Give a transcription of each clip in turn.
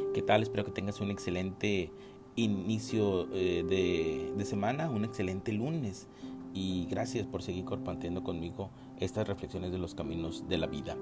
¿Qué tal? Espero que tengas un excelente inicio de semana, un excelente lunes. Y gracias por seguir compartiendo conmigo estas reflexiones de los caminos de la vida.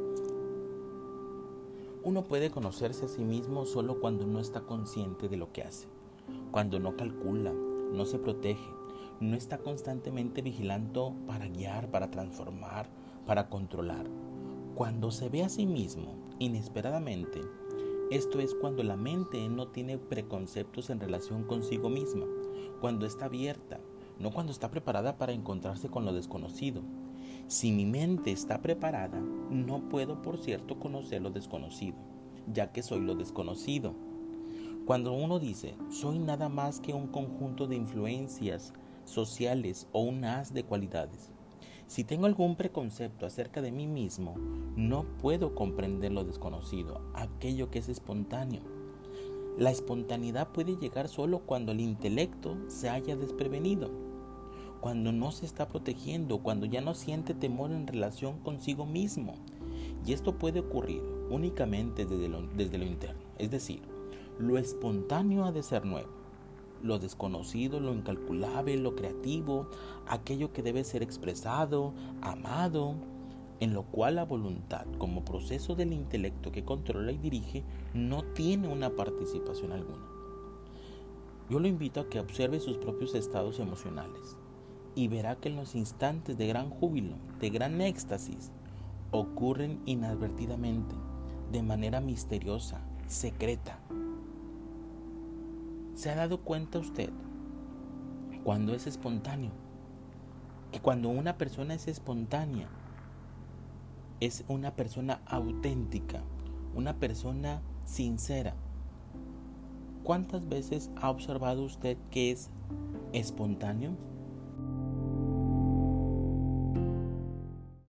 Uno puede conocerse a sí mismo solo cuando no está consciente de lo que hace, cuando no calcula, no se protege, no está constantemente vigilando para guiar, para transformar, para controlar. Cuando se ve a sí mismo inesperadamente, esto es cuando la mente no tiene preconceptos en relación consigo misma, cuando está abierta, no cuando está preparada para encontrarse con lo desconocido. Si mi mente está preparada, no puedo, por cierto, conocer lo desconocido, ya que soy lo desconocido. Cuando uno dice, soy nada más que un conjunto de influencias sociales o un haz de cualidades, si tengo algún preconcepto acerca de mí mismo, no puedo comprender lo desconocido, aquello que es espontáneo. La espontaneidad puede llegar solo cuando el intelecto se haya desprevenido, cuando no se está protegiendo, cuando ya no siente temor en relación consigo mismo. Y esto puede ocurrir únicamente desde lo interno, es decir, lo espontáneo ha de ser nuevo. Lo desconocido, lo incalculable, lo creativo, aquello que debe ser expresado, amado, en lo cual la voluntad, como proceso del intelecto que controla y dirige, no tiene una participación alguna. Yo lo invito a que observe sus propios estados emocionales y verá que en los instantes de gran júbilo, de gran éxtasis, ocurren inadvertidamente, de manera misteriosa, secreta. ¿Se ha dado cuenta usted cuando es espontáneo? Que cuando una persona es espontánea, es una persona auténtica, una persona sincera. ¿Cuántas veces ha observado usted que es espontáneo?